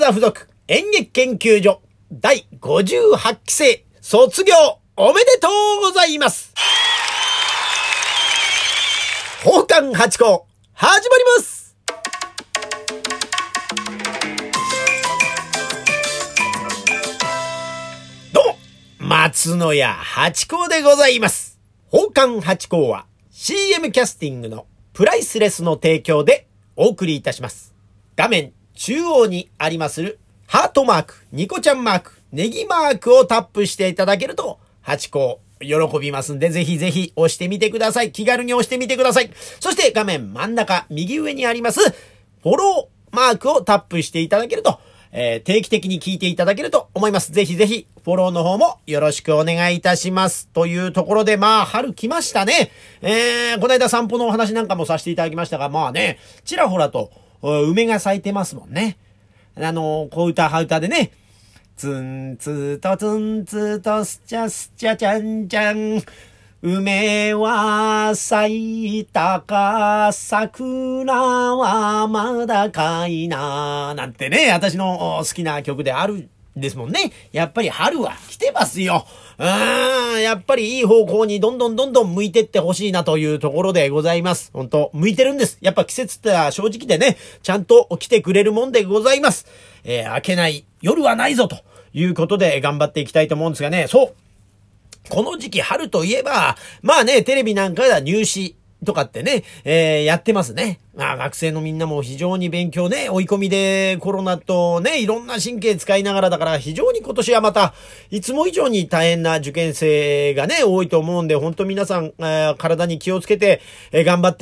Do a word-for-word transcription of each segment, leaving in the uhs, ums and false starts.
座附属演劇研究所だいごじゅうはちきせい卒業おめでとうございます。奉還八校始まります。どうも松野屋八校でございます。奉還八校は シーエム キャスティングのプライスレスの提供でお送りいたします。画面中央にありまするハートマーク、ニコちゃんマーク、ネギマークをタップしていただけると八校喜びますんで、ぜひぜひ押してみてください。気軽に押してみてください。そして画面真ん中右上にありますフォローマークをタップしていただけると、えー、定期的に聞いていただけると思います。ぜひぜひフォローの方もよろしくお願いいたします。というところで、まあ春来ましたね。えー、この間散歩のお話なんかもさせていただきましたが、まあね、ちらほらと梅が咲いてますもんね。あの、小歌は歌でね、ツンツとツンツとスチャスチャチャンチャン、梅は咲いたか、桜はまだかいな、なんてね、私の好きな曲であるんですもんね。やっぱり春は来てますよ。うーん、やっぱりいい方向にどんどんどんどん向いてってほしいなというところでございます。本当向いてるんです。やっぱ季節っては正直でね、ちゃんと来てくれるもんでございます。えー、明けない夜はないぞということで頑張っていきたいと思うんですがね。そう。この時期春といえば、まあね、テレビなんかでは入試とかってね、えー、やってますね。まあ学生のみんなも非常に勉強ね、追い込みでコロナとね、いろんな神経使いながらだから非常に今年はまた、いつも以上に大変な受験生がね、多いと思うんで、本当皆さん、えー、体に気をつけて、えー、頑張って、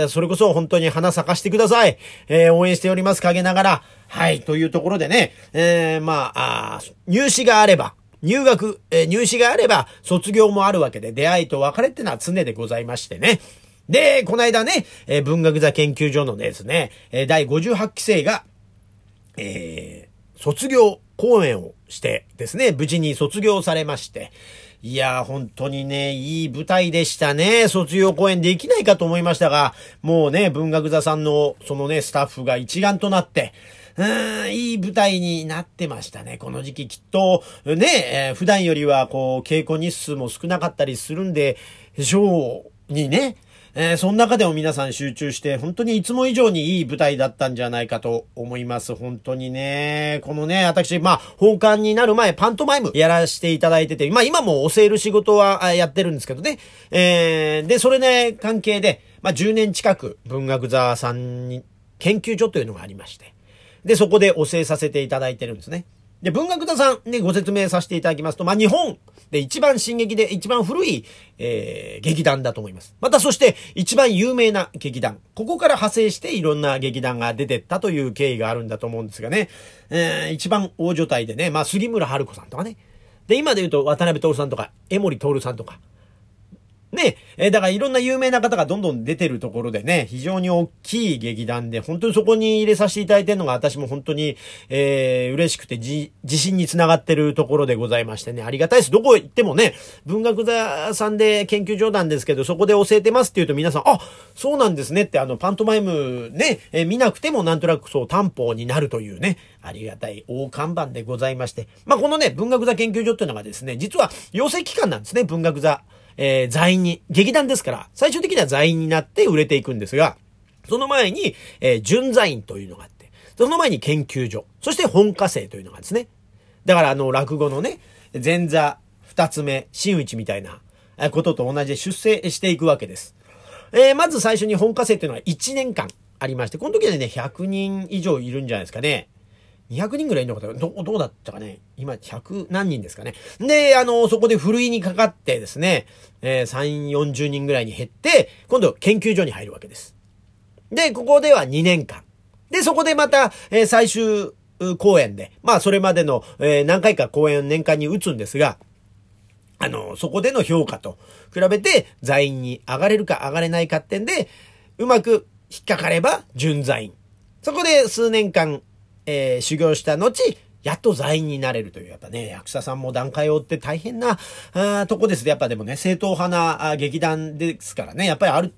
それこそ本当に花咲かしてください。えー、応援しております、陰ながら。はい、というところでね、えー、まあ、あ入試があれば、入学、えー、入試があれば卒業もあるわけで、出会いと別れってのは常でございましてね。で、この間ね、えー、文学座研究所のですね、えー、だいごじゅうはちきせいが、えー、卒業公演をしてですね、無事に卒業されまして、いやー本当にね、いい舞台でしたね。卒業公演できないかと思いましたが、もうね、文学座さんのそのね、スタッフが一丸となって、うーん、いい舞台になってましたね。この時期きっと、ね、えー、普段よりはこう、稽古日数も少なかったりするんで、ショーにね、えー、その中でも皆さん集中して、本当にいつも以上にいい舞台だったんじゃないかと思います。本当にね、このね、私、まあ、奉還になる前、パントマイムやらせていただいてて、まあ今も教える仕事はやってるんですけどね。えー、で、それね、関係で、まあじゅうねん近く文学座さんに研究所というのがありまして、で、そこで教えさせていただいてるんですね。で、文学座さんね、ご説明させていただきますと、まあ、日本で一番進撃で一番古い、えー、劇団だと思います。またそして一番有名な劇団。ここから派生していろんな劇団が出てったという経緯があるんだと思うんですがね。えー、一番大所帯でね、まあ、杉村春子さんとかね。で、今で言うと渡辺徹さんとか、江森徹さんとか。ねえ、だからいろんな有名な方がどんどん出てるところでね、非常に大きい劇団で、本当にそこに入れさせていただいてるのが私も本当に、えー、嬉しくてじ、自信につながってるところでございましてね、ありがたいです。どこ行ってもね、文学座さんで研究所なんですけど、そこで教えてますって言うと皆さん、あ、そうなんですねって、あの、パントマイムね、えー、見なくてもなんとなくそう担保になるというね、ありがたい大看板でございまして、まあ、このね、文学座研究所っていうのがですね、実は養成機関なんですね、文学座。えー、座員に、劇団ですから、最終的には座員になって売れていくんですが、その前に、えー、準座員というのがあって、その前に研究所、そして本科生というのがですね。だからあの、落語のね、前座、二つ目、真打ちみたいなことと同じで出世していくわけです。えー、まず最初に本科生というのはいちねんかんありまして、この時でね、ひゃくにん以上いるんじゃないですかね。にひゃくにんぐらいいるのかど、どうだったかね。今、ひゃく何人ですかね。で、あの、そこでふるいにかかってですね、えー、さん、よんじゅうにんぐらいに減って、今度研究所に入るわけです。で、ここではにねんかん。で、そこでまた、えー、最終公演で、まあ、それまでの、えー、何回か公演を年間に打つんですが、あの、そこでの評価と比べて、座員に上がれるか上がれないかってんで、うまく引っかかれば、準座員。そこで数年間、えー、修行した後、やっと座員になれるという、やっぱね、役者さんも段階を追って大変な、あとこですね。やっぱでもね、正統派な劇団ですからね、やっぱりある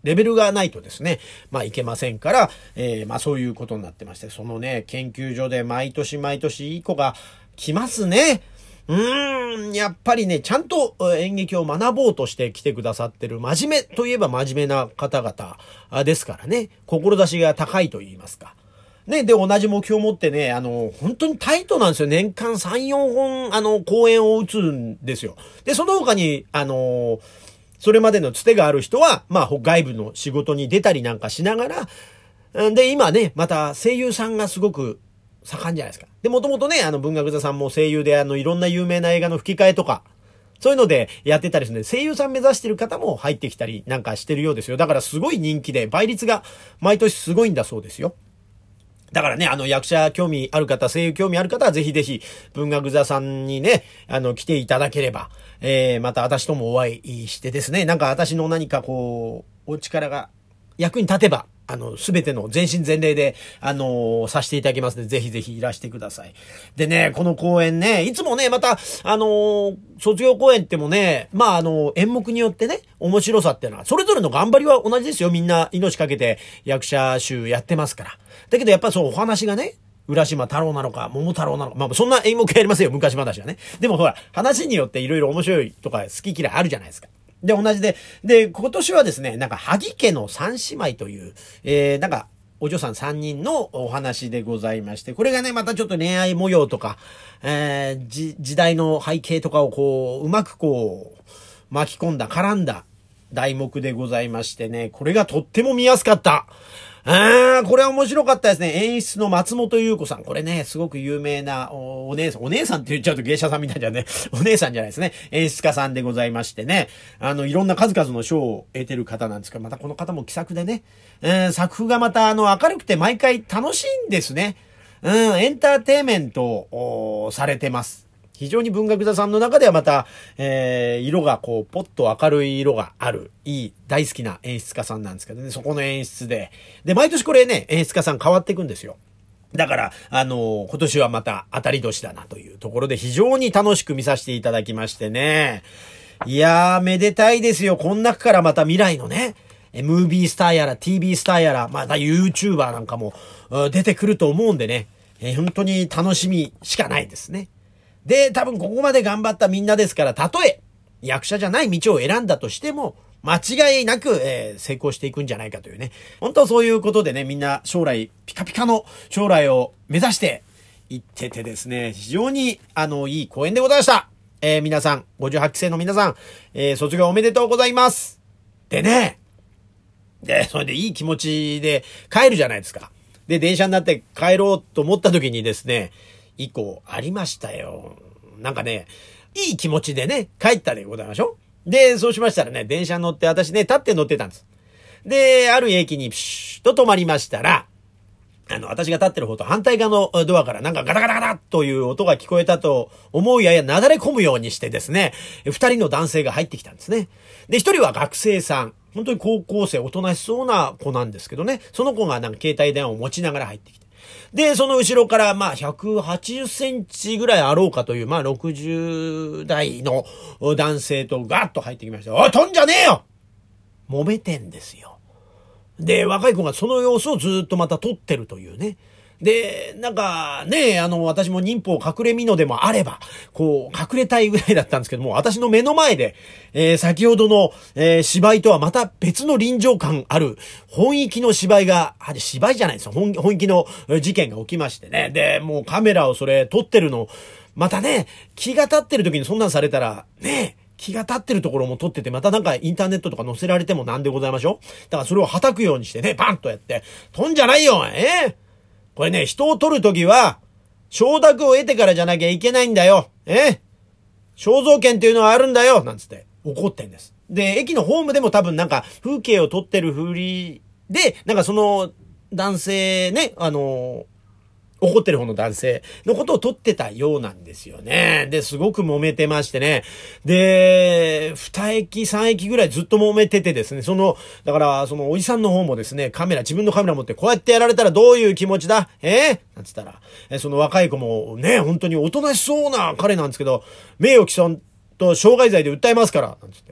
レベルがないとですね、まあいけませんから、えー、まあそういうことになってまして、そのね、研究所で毎年毎年いい子が来ますね。うーん、やっぱりね、ちゃんと演劇を学ぼうとして来てくださってる、真面目といえば真面目な方々ですからね、志が高いと言いますか。ね、で、同じ目標を持ってね、あの、本当にタイトなんですよ。年間さん、よんほん、あの、公演を打つんですよ。で、その他に、あの、それまでのつてがある人は、まあ、外部の仕事に出たりなんかしながら、で、今ね、また声優さんがすごく盛んじゃないですか。で、もともとね、あの、文学座さんも声優で、あの、いろんな有名な映画の吹き替えとか、そういうのでやってたりするんで、声優さん目指してる方も入ってきたりなんかしてるようですよ。だからすごい人気で、倍率が毎年すごいんだそうですよ。だからね、あの、役者興味ある方、声優興味ある方はぜひぜひ、文学座さんにね、あの、来ていただければ、えー、また私ともお会いしてですね、なんか私の何かこう、お力が役に立てば、あの、すべての全身全霊で、あのー、させていただきますので、ぜひぜひいらしてください。でね、この公演ね、いつもね、また、あのー、卒業公演ってもね、まあ、あのー、演目によってね、面白さっていうのは、それぞれの頑張りは同じですよ。みんな命かけて役者集やってますから。だけどやっぱそう、お話がね、浦島太郎なのか、桃太郎なのか、まあ、そんな演目やりますよ、昔話はね。でもほら、話によっていろいろ面白いとか好き嫌いあるじゃないですか。で、同じで、で、今年はですね、なんか、萩家の三姉妹という、えー、なんか、お嬢さん三人のお話でございまして、これがね、またちょっと恋愛模様とか、えー、じ、時代の背景とかをこう、うまくこう、巻き込んだ、絡んだ題目でございましてね、これがとっても見やすかった。あー、これは面白かったですね。演出の松本優子さん。これね、すごく有名なお、お姉さん。お姉さんって言っちゃうと芸者さんみたいじゃね。お姉さんじゃないですね。演出家さんでございましてね。あの、いろんな数々の賞を得てる方なんですけど、またこの方も気さくでね。えー、作風がまたあの、明るくて毎回楽しいんですね。うん、エンターテイメントをされてます。非常に文学座さんの中ではまた、えー、色がこう、ポッと明るい色がある、いい、大好きな演出家さんなんですけどね、そこの演出で。で、毎年これね、演出家さん変わっていくんですよ。だから、あのー、今年はまた当たり年だなというところで非常に楽しく見させていただきましてね。いやー、めでたいですよ。こん中からまた未来のね、ムービースターやら ティービー スターやら、また YouTuber なんかも出てくると思うんでね、えー、本当に楽しみしかないですね。で、多分ここまで頑張ったみんなですから、たとえ役者じゃない道を選んだとしても、間違いなく、えー、成功していくんじゃないかというね。本当そういうことでね、みんな将来、ピカピカの将来を目指していっててですね、非常に、あの、いい公演でございました。えー、皆さん、ごじゅうはちきせいの皆さん、えー、卒業おめでとうございます。でね、で、それでいい気持ちで帰るじゃないですか。で、電車になって帰ろうと思った時にですね、以降ありましたよ。なんかね、いい気持ちでね、帰ったでございましょ。で、そうしましたらね、電車乗って私ね、立って乗ってたんです。で、ある駅にピシュッと止まりましたら、あの、私が立ってる方と反対側のドアからなんかガタガタガタという音が聞こえたと思うややなだれ込むようにしてですね、二人の男性が入ってきたんですね。で、一人は学生さん。本当に高校生、おとなしそうな子なんですけどね、その子がなんか携帯電話を持ちながら入ってきて。で、その後ろから、まあ、ひゃくはちじゅっセンチぐらいあろうかという、まあ、ろくじゅう代の男性とガッと入ってきました。おい、飛んじゃねえよ揉めてんですよ。で、若い子がその様子をずっとまた撮ってるというね。で、なんかね、あの、私も忍法隠れ身のでもあれば、こう、隠れたいぐらいだったんですけども、私の目の前で、えー、先ほどの、えー、芝居とはまた別の臨場感ある、本域の芝居が、あれ芝居じゃないですよ。本、本域の事件が起きましてね。で、もうカメラをそれ撮ってるの、またね、気が立ってる時にそんなんされたら、ね、気が立ってるところも撮ってて、またなんかインターネットとか載せられてもなんでございましょう。だからそれを叩くようにしてね、バンとやって、飛んじゃないよ、えーこれね、人を撮るときは、承諾を得てからじゃなきゃいけないんだよ。え肖像権っていうのはあるんだよなんつって怒ってんです。で、駅のホームでも多分なんか風景を撮ってる風りで、なんかその男性ね、あの、怒ってる方の男性のことを撮ってたようなんですよね。で、すごく揉めてましてね。で、二駅、三駅ぐらいずっと揉めててですね。その、だから、そのおじさんの方もですね、カメラ、自分のカメラ持ってこうやってやられたらどういう気持ちだえー、なんつったら、え、その若い子もね、本当におとなしそうな彼なんですけど、名誉毀損と傷害罪で訴えますから、なんつって。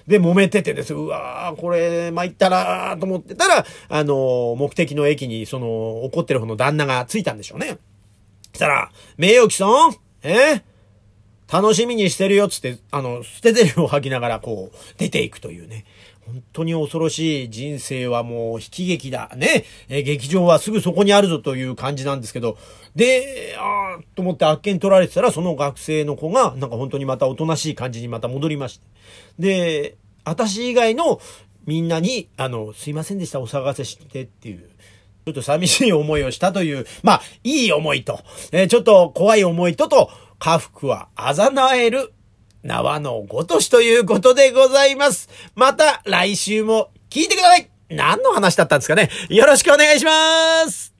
で、揉めててです。うわー、これ、参ったなーと思ってたら、あの、目的の駅に、その、怒ってる方の旦那が着いたんでしょうね。そしたら、名誉毀損え楽しみにしてるよっつって、あの、捨て台詞を吐きながら、こう、出ていくというね。本当に恐ろしい。人生はもう悲喜劇だ。ね。えー、劇場はすぐそこにあるぞという感じなんですけど。で、あーと思ってあっけに取られてたら、その学生の子が、なんか本当にまたおとなしい感じにまた戻りまして。で、私以外のみんなに、あの、すいませんでした、お騒がせしてっていう。ちょっと寂しい思いをしたという、まあ、いい思いと、えー、ちょっと怖い思いとと、家福はあざなえる縄のごとしということでございます。また来週も聞いてください。何の話だったんですかね。よろしくお願いします。